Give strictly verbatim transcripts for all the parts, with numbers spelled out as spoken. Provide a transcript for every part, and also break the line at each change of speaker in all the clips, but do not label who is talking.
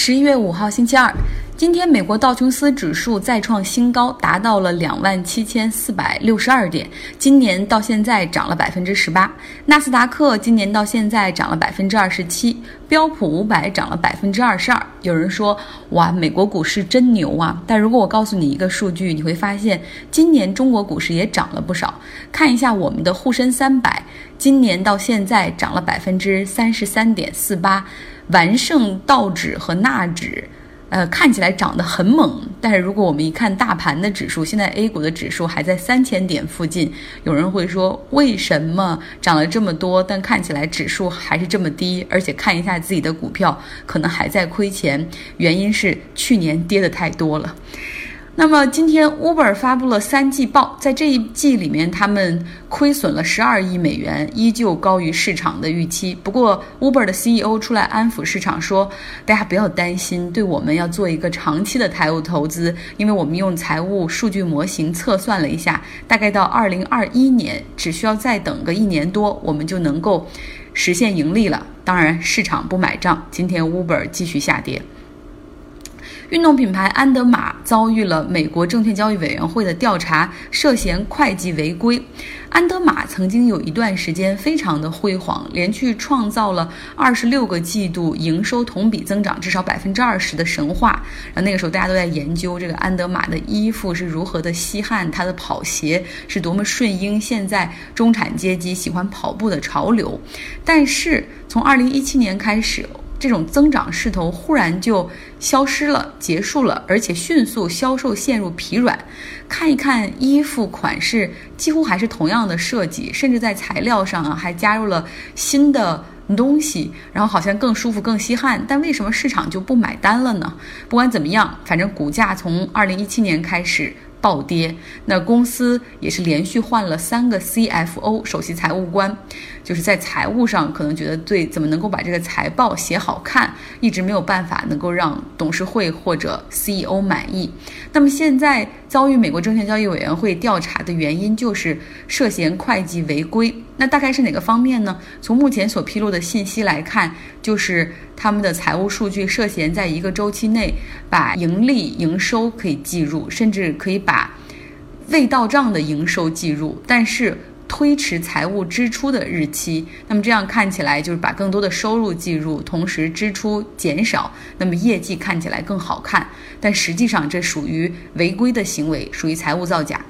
十一月五号星期二，今天美国道琼斯指数再创新高，达到了两万七千四百六十二点，今年到现在涨了百分之十八。纳斯达克今年到现在涨了百分之二十七，标普五百涨了百分之二十二。有人说，哇，美国股市真牛啊！但如果我告诉你一个数据，你会发现今年中国股市也涨了不少。看一下我们的沪深三百，今年到现在涨了百分之三十三点四八。完胜道指和纳指，呃，看起来涨得很猛，但是如果我们一看大盘的指数，现在 A 股的指数还在三千点附近，有人会说为什么涨了这么多，但看起来指数还是这么低，而且看一下自己的股票可能还在亏钱，原因是去年跌得太多了。那么今天 Uber 发布了三季报，在这一季里面他们亏损了十二亿美元，依旧高于市场的预期。不过 Uber 的 C E O 出来安抚市场说，大家不要担心，对我们要做一个长期的财务投资，因为我们用财务数据模型测算了一下，大概到二零二一年只需要再等个一年多，我们就能够实现盈利了。当然市场不买账，今天 Uber 继续下跌。运动品牌安德玛遭遇了美国证券交易委员会的调查，涉嫌会计违规。安德玛曾经有一段时间非常的辉煌，连续创造了二十六个季度营收同比增长至少百分之二十的神话。然后那个时候大家都在研究这个安德玛的衣服是如何的稀罕，它的跑鞋是多么顺应现在中产阶级喜欢跑步的潮流。但是从二零一七年开始，这种增长势头忽然就消失了，结束了，而且迅速销售陷入疲软。看一看衣服款式，几乎还是同样的设计，甚至在材料上啊还加入了新的东西，然后好像更舒服更稀罕，但为什么市场就不买单了呢？不管怎么样，反正股价从二零一七年开始暴跌，那公司也是连续换了三个 C F O 首席财务官，就是在财务上可能觉得对怎么能够把这个财报写好看，一直没有办法能够让董事会或者 C E O 满意。那么现在遭遇美国证券交易委员会调查的原因就是涉嫌会计违规。那大概是哪个方面呢？从目前所披露的信息来看，就是他们的财务数据涉嫌在一个周期内把盈利营收可以计入，甚至可以把未到账的营收计入，但是推迟财务支出的日期。那么这样看起来就是把更多的收入计入，同时支出减少，那么业绩看起来更好看，但实际上这属于违规的行为，属于财务造假。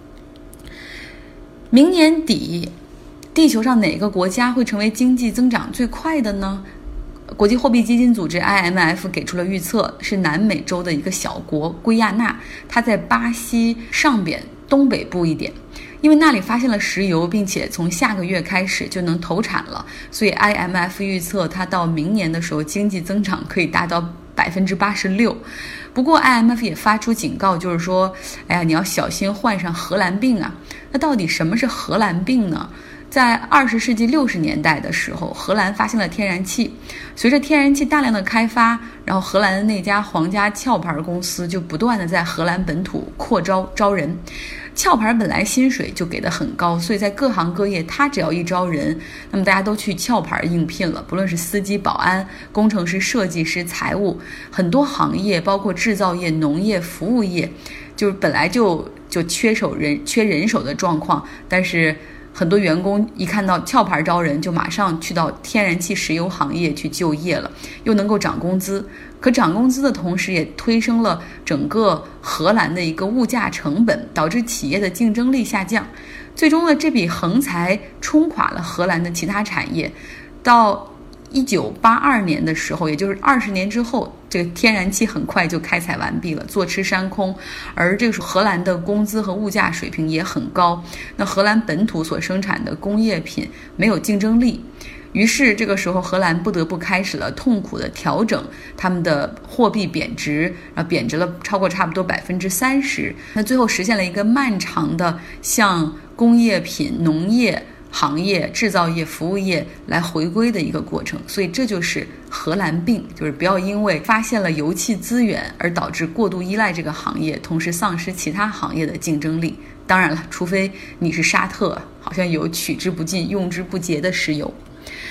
明年底地球上哪个国家会成为经济增长最快的呢？国际货币基金组织 I M F 给出了预测，是南美洲的一个小国圭亚那，它在巴西上边东北部一点，因为那里发现了石油，并且从下个月开始就能投产了，所以 I M F 预测它到明年的时候经济增长可以达到百分之八十六。不过 I M F 也发出警告，就是说，哎呀，你要小心患上荷兰病啊。那到底什么是荷兰病呢？在二十世纪六十年代的时候，荷兰发现了天然气，随着天然气大量的开发，然后荷兰的那家皇家壳牌公司就不断的在荷兰本土扩招招人。壳牌本来薪水就给的很高，所以在各行各业他只要一招人，那么大家都去壳牌应聘了，不论是司机、保安、工程师、设计师、财务，很多行业包括制造业、农业、服务业，就是本来就就缺手人缺人手的状况，但是很多员工一看到壳牌招人，就马上去到天然气石油行业去就业了，又能够涨工资。可涨工资的同时也推升了整个荷兰的一个物价成本，导致企业的竞争力下降。最终呢，这笔横财冲垮了荷兰的其他产业。到一九八二年的时候，也就是二十年之后，这个天然气很快就开采完毕了，坐吃山空。而这个荷兰的工资和物价水平也很高，那荷兰本土所生产的工业品没有竞争力，于是这个时候荷兰不得不开始了痛苦的调整，他们的货币贬值，然后贬值了超过差不多百分之三十。那最后实现了一个漫长的向工业品、农业行业、制造业、服务业来回归的一个过程。所以这就是荷兰病，就是不要因为发现了油气资源而导致过度依赖这个行业，同时丧失其他行业的竞争力。当然了，除非你是沙特，好像有取之不尽用之不竭的石油。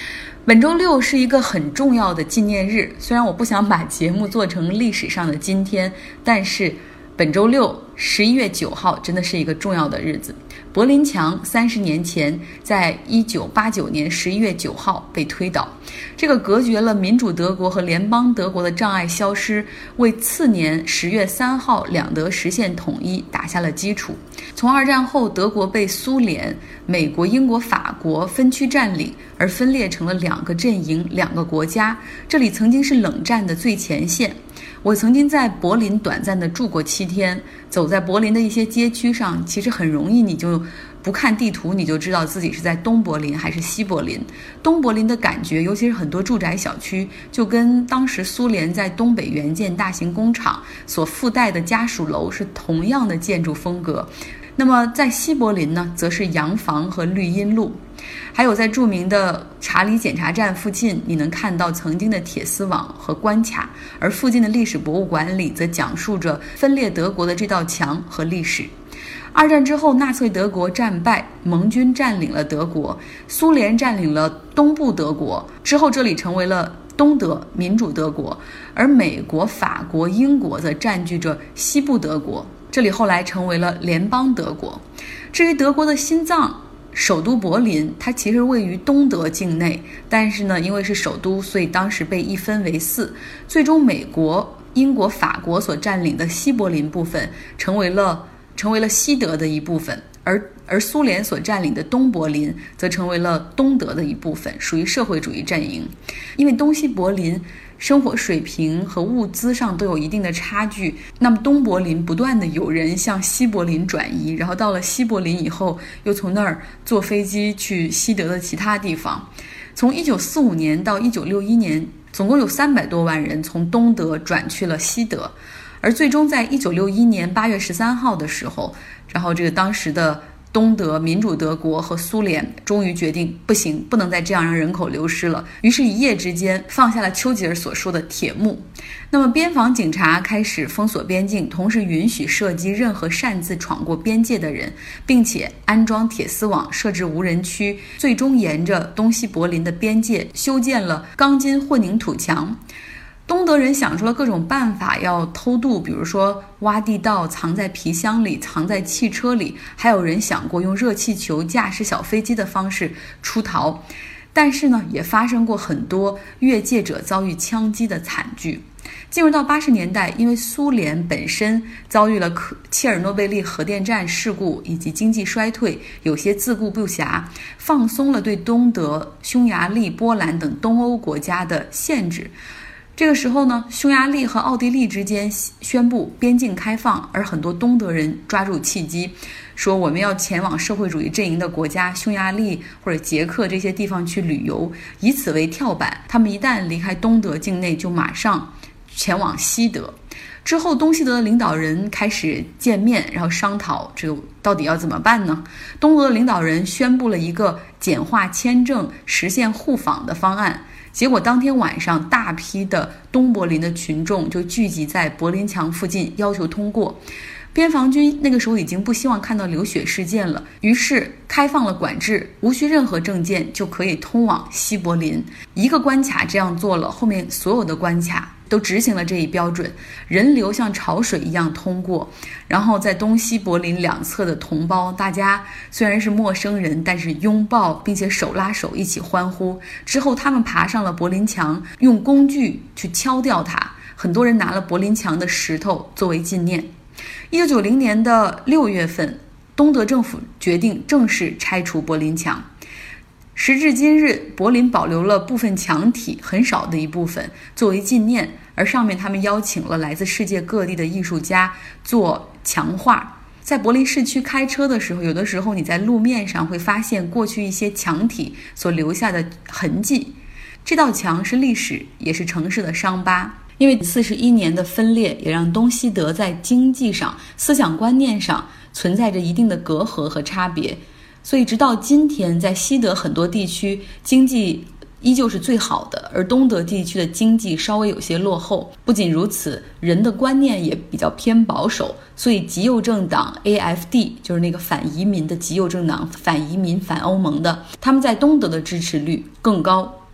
本周六是一个很重要的纪念日，虽然我不想把节目做成历史上的今天，但是本周六十一月九号真的是一个重要的日子。柏林墙三十年前在一九八九年十一月九号被推倒，这个隔绝了民主德国和联邦德国的障碍消失，为次年十月三号两德实现统一打下了基础。从二战后，德国被苏联、美国、英国、法国分区占领，而分裂成了两个阵营、两个国家。这里曾经是冷战的最前线。我曾经在柏林短暂的住过七天，走在柏林的一些街区上，其实很容易你就不看地图，你就知道自己是在东柏林还是西柏林。东柏林的感觉，尤其是很多住宅小区，就跟当时苏联在东北援建大型工厂所附带的家属楼是同样的建筑风格。那么在西柏林呢，则是洋房和绿荫路。还有在著名的查理检查站附近，你能看到曾经的铁丝网和关卡，而附近的历史博物馆里则讲述着分裂德国的这道墙和历史。二战之后，纳粹德国战败，盟军占领了德国，苏联占领了东部德国，之后这里成为了东德民主德国，而美国、法国、英国则占据着西部德国，这里后来成为了联邦德国。至于德国的心脏首都柏林，它其实位于东德境内，但是呢，因为是首都，所以当时被一分为四。最终，美国、英国、法国所占领的西柏林部分成为了成为了西德的一部分，而而苏联所占领的东柏林则成为了东德的一部分，属于社会主义阵营。因为东西柏林生活水平和物资上都有一定的差距，那么东柏林不断的有人向西柏林转移，然后到了西柏林以后，又从那儿坐飞机去西德的其他地方。从一九四五年到一九六一年，总共有三百多万人从东德转去了西德，而最终在一九六一年八月十三号的时候，然后这个当时的东德民主德国和苏联终于决定不行，不能再这样让人口流失了，于是一夜之间放下了丘吉尔所说的铁幕。那么边防警察开始封锁边境，同时允许射击任何擅自闯过边界的人，并且安装铁丝网，设置无人区，最终沿着东西柏林的边界修建了钢筋混凝土墙。东德人想出了各种办法要偷渡，比如说挖地道，藏在皮箱里，藏在汽车里，还有人想过用热气球驾驶小飞机的方式出逃。但是呢，也发生过很多越界者遭遇枪击的惨剧。进入到八十年代，因为苏联本身遭遇了切尔诺贝利核电站事故以及经济衰退，有些自顾不暇，放松了对东德、匈牙利、波兰等东欧国家的限制。这个时候呢，匈牙利和奥地利之间宣布边境开放，而很多东德人抓住契机，说我们要前往社会主义阵营的国家匈牙利或者捷克这些地方去旅游，以此为跳板，他们一旦离开东德境内就马上前往西德。之后东西德的领导人开始见面，然后商讨这个到底要怎么办呢？东德的领导人宣布了一个简化签证、实现互访的方案。结果当天晚上，大批的东柏林的群众就聚集在柏林墙附近，要求通过。边防军那个时候已经不希望看到流血事件了，于是开放了管制，无需任何证件就可以通往西柏林。一个关卡这样做了，后面所有的关卡都执行了这一标准，人流像潮水一样通过。然后在东西柏林两侧的同胞，大家虽然是陌生人，但是拥抱并且手拉手一起欢呼。之后他们爬上了柏林墙，用工具去敲掉它，很多人拿了柏林墙的石头作为纪念。一九九零年的六月份，东德政府决定正式拆除柏林墙。时至今日，柏林保留了部分墙体，很少的一部分作为纪念，而上面他们邀请了来自世界各地的艺术家做墙画。在柏林市区开车的时候，有的时候你在路面上会发现过去一些墙体所留下的痕迹，这道墙是历史，也是城市的伤疤。因为四十一年的分裂，也让东西德在经济上、思想观念上存在着一定的隔阂和差别，所以直到今天，在西德很多地区经济依旧是最好的，而东德地区的经济稍微有些落后。不仅如此，人的观念也比较偏保守，所以极右政党 A F D 就是那个反移民的极右政党，反移民反欧盟的，他们在东德的支持率更高。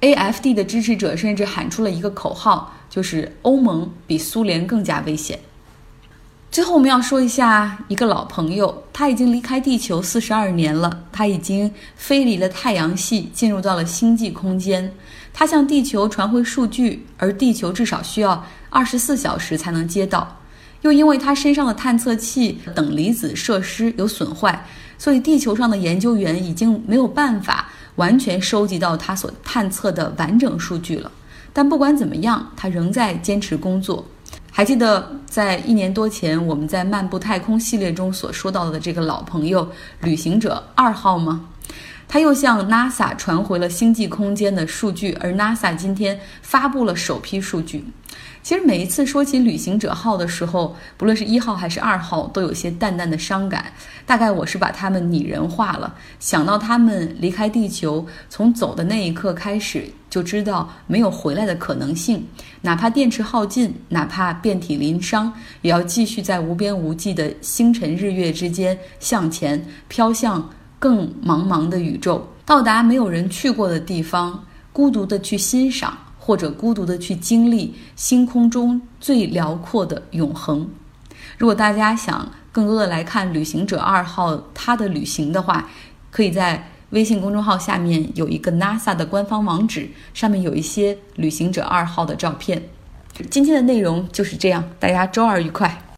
A F D 的支持者甚至喊出了一个口号，就是欧盟比苏联更加危险。最后我们要说一下一个老朋友，他已经离开地球四十二年了，他已经飞离了太阳系，进入到了星际空间。他向地球传回数据，而地球至少需要二十四小时才能接到。又因为他身上的探测器等离子设施有损坏，所以地球上的研究员已经没有办法完全收集到他所探测的完整数据了。但不管怎么样，他仍在坚持工作。还记得在一年多前我们在漫步太空系列中所说到的这个老朋友旅行者二号吗？他又向 NASA 传回了星际空间的数据，而 NASA 今天发布了首批数据。其实每一次说起旅行者号的时候，不论是一号还是二号，都有些淡淡的伤感。大概我是把他们拟人化了，想到他们离开地球，从走的那一刻开始，就知道没有回来的可能性。哪怕电池耗尽，哪怕遍体鳞伤，也要继续在无边无际的星辰日月之间向前，飘向更茫茫的宇宙，到达没有人去过的地方，孤独地去欣赏，或者孤独地去经历星空中最辽阔的永恒。如果大家想更多的来看旅行者二号他的旅行的话，可以在微信公众号下面有一个 NASA 的官方网址，上面有一些旅行者二号的照片。今天的内容就是这样，大家周二愉快。